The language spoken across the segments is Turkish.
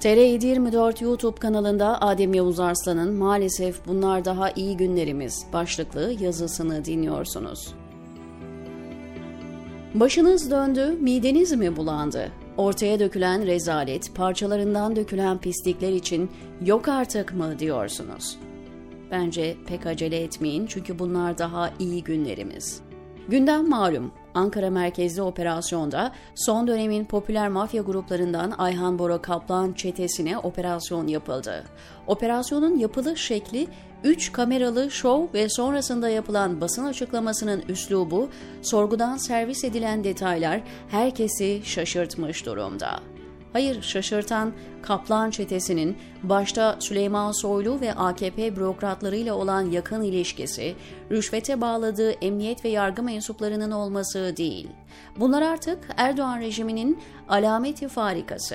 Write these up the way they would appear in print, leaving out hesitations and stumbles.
TR724 YouTube kanalında Adem Yavuz Arslan'ın "Maalesef bunlar daha iyi günlerimiz" başlıklı yazısını dinliyorsunuz. Başınız döndü, mideniz mi bulandı? Ortaya dökülen rezalet, parçalarından dökülen pislikler için yok artık mı diyorsunuz? Bence pek acele etmeyin çünkü bunlar daha iyi günlerimiz. Gündem malum. Ankara merkezli operasyonda son dönemin popüler mafya gruplarından Ayhan Bora Kaplan çetesine operasyon yapıldı. Operasyonun yapılış şekli 3 kameralı şov ve sonrasında yapılan basın açıklamasının üslubu, sorgudan servis edilen detaylar herkesi şaşırtmış durumda. Hayır, şaşırtan Kaplan çetesinin başta Süleyman Soylu ve AKP bürokratlarıyla olan yakın ilişkisi, rüşvete bağladığı emniyet ve yargı mensuplarının olması değil. Bunlar artık Erdoğan rejiminin alameti farikası.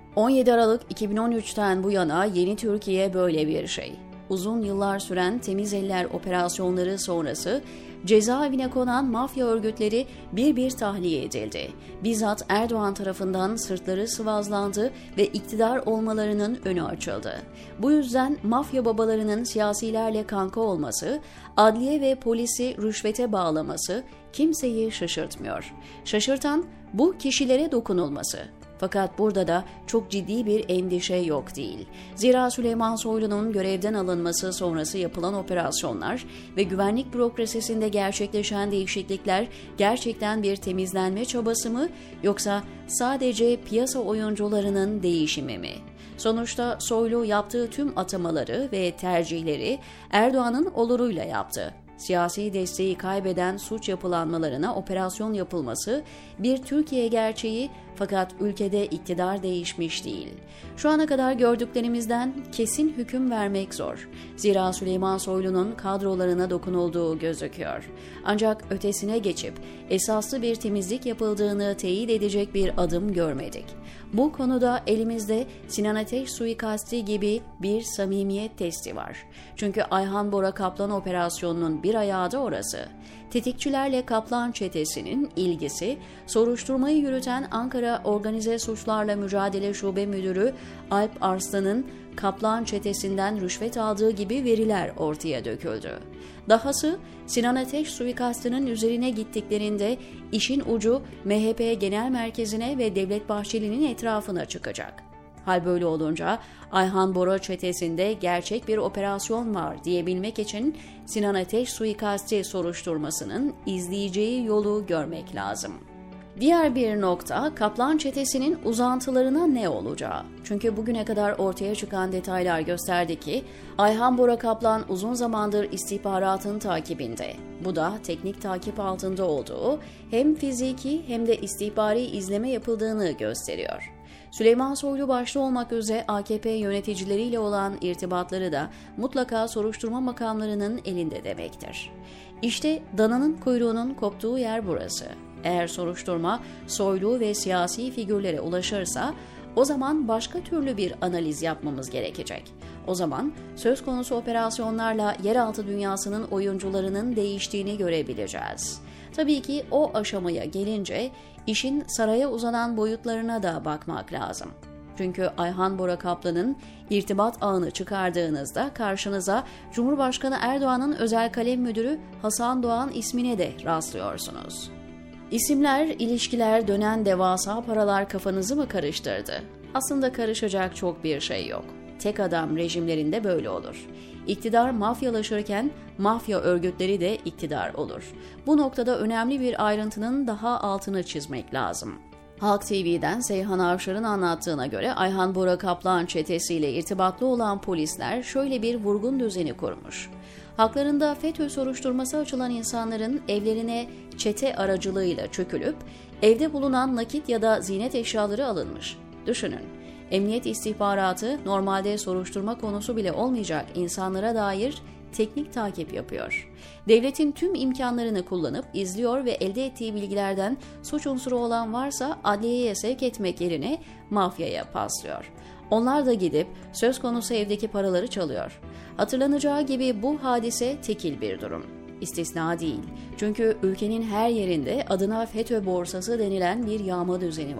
17 Aralık 2013'ten bu yana yeni Türkiye böyle bir şey. Uzun yıllar süren temiz eller operasyonları sonrası cezaevine konan mafya örgütleri bir bir tahliye edildi. Bizzat Erdoğan tarafından sırtları sıvazlandı ve iktidar olmalarının önü açıldı. Bu yüzden mafya babalarının siyasilerle kanka olması, adliye ve polisi rüşvete bağlaması kimseyi şaşırtmıyor. Şaşırtan bu kişilere dokunulması. Fakat burada da çok ciddi bir endişe yok değil. Zira Süleyman Soylu'nun görevden alınması sonrası yapılan operasyonlar ve güvenlik bürokrasisinde gerçekleşen değişiklikler gerçekten bir temizlenme çabası mı yoksa sadece piyasa oyuncularının değişimi mi? Sonuçta Soylu yaptığı tüm atamaları ve tercihleri Erdoğan'ın oluruyla yaptı. Siyasi desteği kaybeden suç yapılanmalarına operasyon yapılması bir Türkiye gerçeği, fakat ülkede iktidar değişmiş değil. Şu ana kadar gördüklerimizden kesin hüküm vermek zor. Zira Süleyman Soylu'nun kadrolarına dokunulduğu gözüküyor. Ancak ötesine geçip esaslı bir temizlik yapıldığını teyit edecek bir adım görmedik. Bu konuda elimizde Sinan Ateş suikasti gibi bir samimiyet testi var. Çünkü Ayhan Bora Kaplan operasyonunun bir ayağı da orası. Tetikçilerle Kaplan çetesinin ilgisi, soruşturmayı yürüten Ankara Organize Suçlarla Mücadele Şube Müdürü Alp Arslan'ın Kaplan çetesinden rüşvet aldığı gibi veriler ortaya döküldü. Dahası Sinan Ateş suikastının üzerine gittiklerinde işin ucu MHP Genel Merkezi'ne ve Devlet Bahçeli'nin etrafına çıkacak. Hal böyle olunca Ayhan Bora çetesinde gerçek bir operasyon var diyebilmek için Sinan Ateş suikasti soruşturmasının izleyeceği yolu görmek lazım. Diğer bir nokta, Kaplan çetesinin uzantılarına ne olacağı. Çünkü bugüne kadar ortaya çıkan detaylar gösterdi ki Ayhan Bora Kaplan uzun zamandır istihbaratın takibinde. Bu da teknik takip altında olduğu, hem fiziki hem de istihbari izleme yapıldığını gösteriyor. Süleyman Soylu başta olmak üzere AKP yöneticileriyle olan irtibatları da mutlaka soruşturma makamlarının elinde demektir. İşte dananın kuyruğunun koptuğu yer burası. Eğer soruşturma Soylu ve siyasi figürlere ulaşırsa o zaman başka türlü bir analiz yapmamız gerekecek. O zaman söz konusu operasyonlarla yeraltı dünyasının oyuncularının değiştiğini görebileceğiz. Tabii ki o aşamaya gelince işin saraya uzanan boyutlarına da bakmak lazım. Çünkü Ayhan Bora Kaplan'ın irtibat ağını çıkardığınızda karşınıza Cumhurbaşkanı Erdoğan'ın özel kalem müdürü Hasan Doğan ismine de rastlıyorsunuz. İsimler, ilişkiler, dönen devasa paralar kafanızı mı karıştırdı? Aslında karışacak çok bir şey yok. Tek adam rejimlerinde böyle olur. İktidar mafyalaşırken mafya örgütleri de iktidar olur. Bu noktada önemli bir ayrıntının daha altını çizmek lazım. Halk TV'den Seyhan Avşar'ın anlattığına göre Ayhan Bora Kaplan çetesiyle irtibatlı olan polisler şöyle bir vurgun düzeni kurmuş. Haklarında FETÖ soruşturması açılan insanların evlerine çete aracılığıyla çökülüp evde bulunan nakit ya da ziynet eşyaları alınmış. Düşünün, emniyet istihbaratı normalde soruşturma konusu bile olmayacak insanlara dair teknik takip yapıyor. Devletin tüm imkanlarını kullanıp izliyor ve elde ettiği bilgilerden suç unsuru olan varsa adliyeye sevk etmek yerine mafyaya paslıyor. Onlar da gidip söz konusu evdeki paraları çalıyor. Hatırlanacağı gibi bu hadise tekil bir durum. İstisna değil. Çünkü ülkenin her yerinde adına FETÖ borsası denilen bir yağma düzeni var.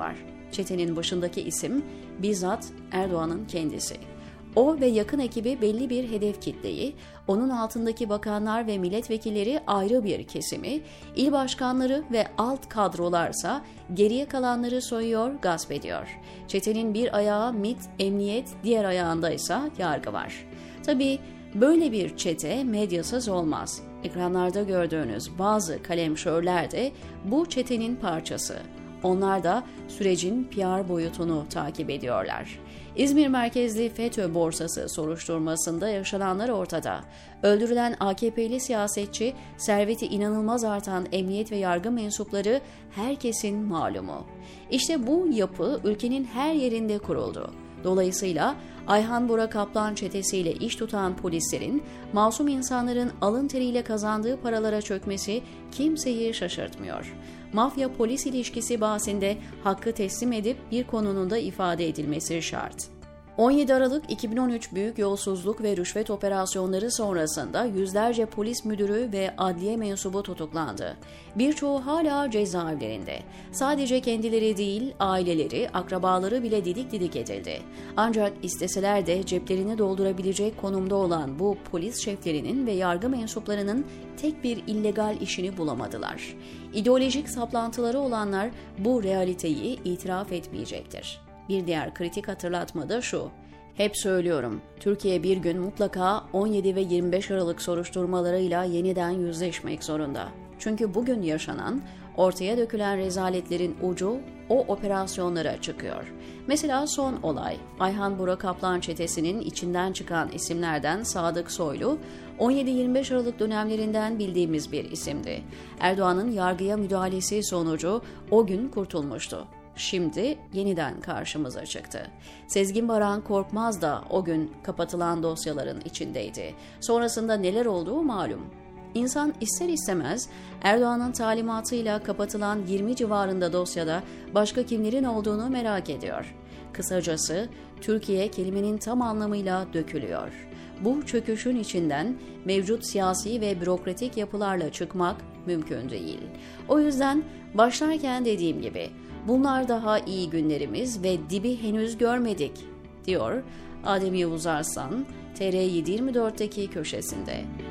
Çetenin başındaki isim bizzat Erdoğan'ın kendisi. O ve yakın ekibi belli bir hedef kitleyi, onun altındaki bakanlar ve milletvekilleri ayrı bir kesimi, il başkanları ve alt kadrolarsa geriye kalanları soyuyor, gasp ediyor. Çetenin bir ayağı MİT, emniyet, diğer ayağında ise yargı var. Tabii böyle bir çete medyasız olmaz. Ekranlarda gördüğünüz bazı kalemşörler de bu çetenin parçası. Onlar da sürecin PR boyutunu takip ediyorlar. İzmir merkezli FETÖ borsası soruşturmasında yaşananlar ortada. Öldürülen AKP'li siyasetçi, serveti inanılmaz artan emniyet ve yargı mensupları herkesin malumu. İşte bu yapı ülkenin her yerinde kuruldu. Dolayısıyla Ayhan Bora Kaplan çetesiyle iş tutan polislerin masum insanların alın teriyle kazandığı paralara çökmesi kimseyi şaşırtmıyor. Mafya-polis ilişkisi bahsinde hakkı teslim edip bir konunun da ifade edilmesi şart. 17 Aralık 2013 büyük yolsuzluk ve rüşvet operasyonları sonrasında yüzlerce polis müdürü ve adliye mensubu tutuklandı. Birçoğu hala cezaevlerinde. Sadece kendileri değil, aileleri, akrabaları bile didik didik edildi. Ancak isteseler de ceplerini doldurabilecek konumda olan bu polis şeflerinin ve yargı mensuplarının tek bir illegal işini bulamadılar. İdeolojik saplantıları olanlar bu realiteyi itiraf etmeyecektir. Bir diğer kritik hatırlatma da şu. Hep söylüyorum, Türkiye bir gün mutlaka 17 ve 25 Aralık soruşturmalarıyla yeniden yüzleşmek zorunda. Çünkü bugün yaşanan, ortaya dökülen rezaletlerin ucu o operasyonlara çıkıyor. Mesela son olay, Ayhan Bora Kaplan çetesinin içinden çıkan isimlerden Sadık Soylu, 17-25 Aralık dönemlerinden bildiğimiz bir isimdi. Erdoğan'ın yargıya müdahalesi sonucu o gün kurtulmuştu. Şimdi yeniden karşımıza çıktı. Sezgin Baran Korkmaz da o gün kapatılan dosyaların içindeydi. Sonrasında neler olduğu malum. İnsan ister istemez Erdoğan'ın talimatıyla kapatılan 20 civarında dosyada başka kimlerin olduğunu merak ediyor. Kısacası Türkiye kelimenin tam anlamıyla dökülüyor. Bu çöküşün içinden mevcut siyasi ve bürokratik yapılarla çıkmak mümkün değil. O yüzden başlarken dediğim gibi bunlar daha iyi günlerimiz ve dibi henüz görmedik, diyor Adem Yavuz Arslan, TR724'teki köşesinde.